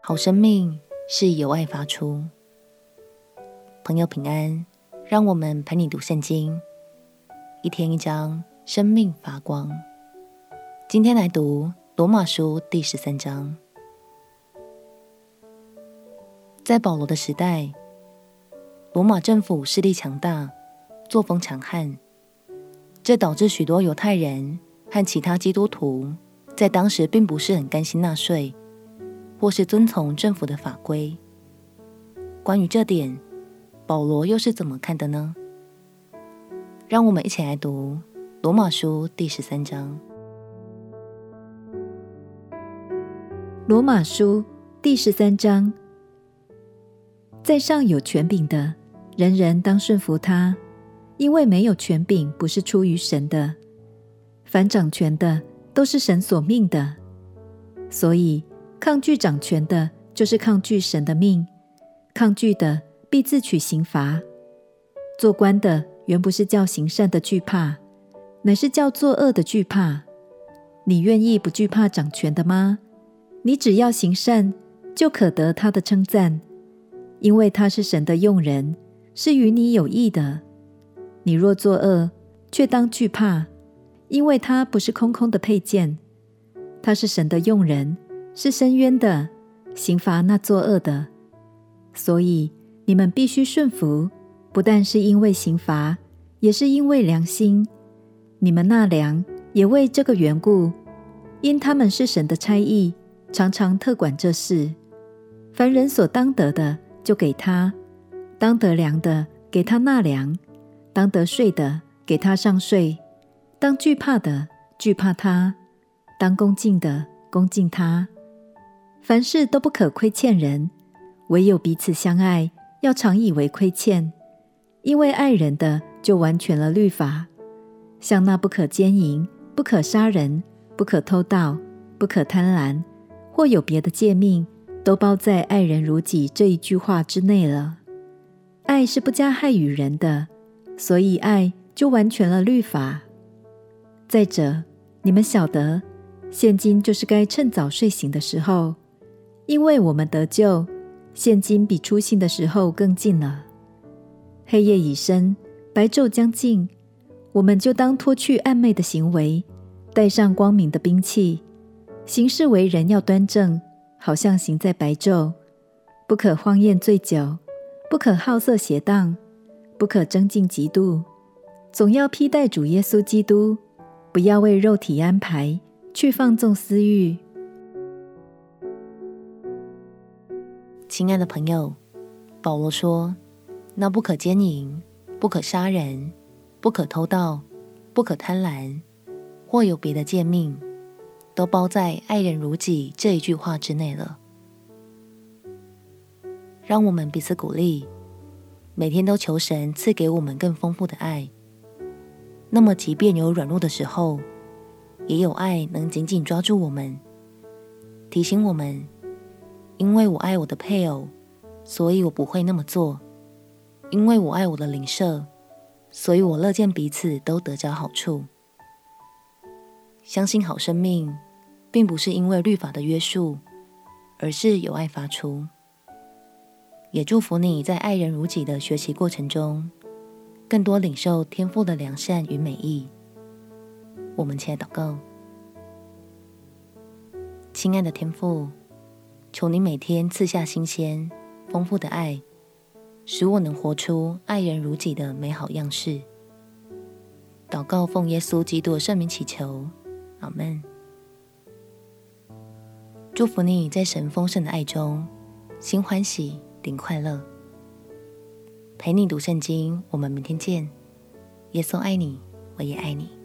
好生命是由爱发出。朋友平安，让我们陪你读圣经，一天一章，生命发光。今天来读罗马书第13章。在保罗的时代，罗马政府势力强大，作风强悍，这导致许多犹太人和其他基督徒在当时并不是很甘心纳税，或是遵从政府的法规。关于这点，保罗又是怎么看的呢？让我们一起来读罗马书第13章。 罗马书第13章，在上有权柄的，人人当顺服他，因为没有权柄不是出于神的，凡掌权的都是神所命的，所以抗拒掌权的，就是抗拒神的命，抗拒的必自取刑罚。做官的原不是叫行善的惧怕，乃是叫作恶的惧怕。你愿意不惧怕掌权的吗？你只要行善，就可得他的称赞，因为他是神的用人，是与你有益的。你若作恶，却当惧怕，因为他不是空空的佩剑，他是神的用人，是伸冤的，刑罚那作恶的。所以你们必须顺服，不但是因为刑罚，也是因为良心。你们纳粮也为这个缘故，因他们是神的差役，常常特管这事。凡人所当得的，就给他；当得粮的，给他纳粮；当得税的，给他上税；当惧怕的，惧怕他；当恭敬的，恭敬他。凡事都不可亏欠人，唯有彼此相爱，要常以为亏欠。因为爱人的，就完全了律法。像那不可奸淫，不可杀人，不可偷盗，不可贪婪，或有别的诫命，都包在爱人如己这一句话之内了。爱是不加害于人的，所以爱就完全了律法。再者，你们晓得，现今就是该趁早睡醒的时候，因为我们得救，现今比初信的时候更近了。黑夜已深，白昼将近，我们就当脱去暗昧的行为，带上光明的兵器，行事为人要端正，好像行在白昼，不可荒宴醉酒，不可好色邪荡，不可争竞嫉妒，总要披戴主耶稣基督，不要为肉体安排，去放纵私欲。 亲爱的朋友，保罗说，那不可奸淫，不可杀人，不可偷盗，不可贪婪，或有别的诫命，都包在爱人如己这一句话之内了。让我们彼此鼓励，每天都求神赐给我们更丰富的爱。那么即便有软弱的时候，也有爱能紧紧抓住我们，提醒我们，因为我爱我的配偶，所以我不会那么做；因为我爱我的邻舍，所以我乐见彼此都得着好处。相信好生命并不是因为律法的约束，而是由爱发出。也祝福你在爱人如己的学习过程中，更多领受天父的良善与美意。我们起来祷告。亲爱的天父，求你每天赐下新鲜丰富的爱，使我能活出爱人如己的美好样式。祷告奉耶稣基督的圣名祈求，阿们。祝福你在神丰盛的爱中，心欢喜，灵快乐。陪你读圣经，我们明天见。耶稣爱你，我也爱你。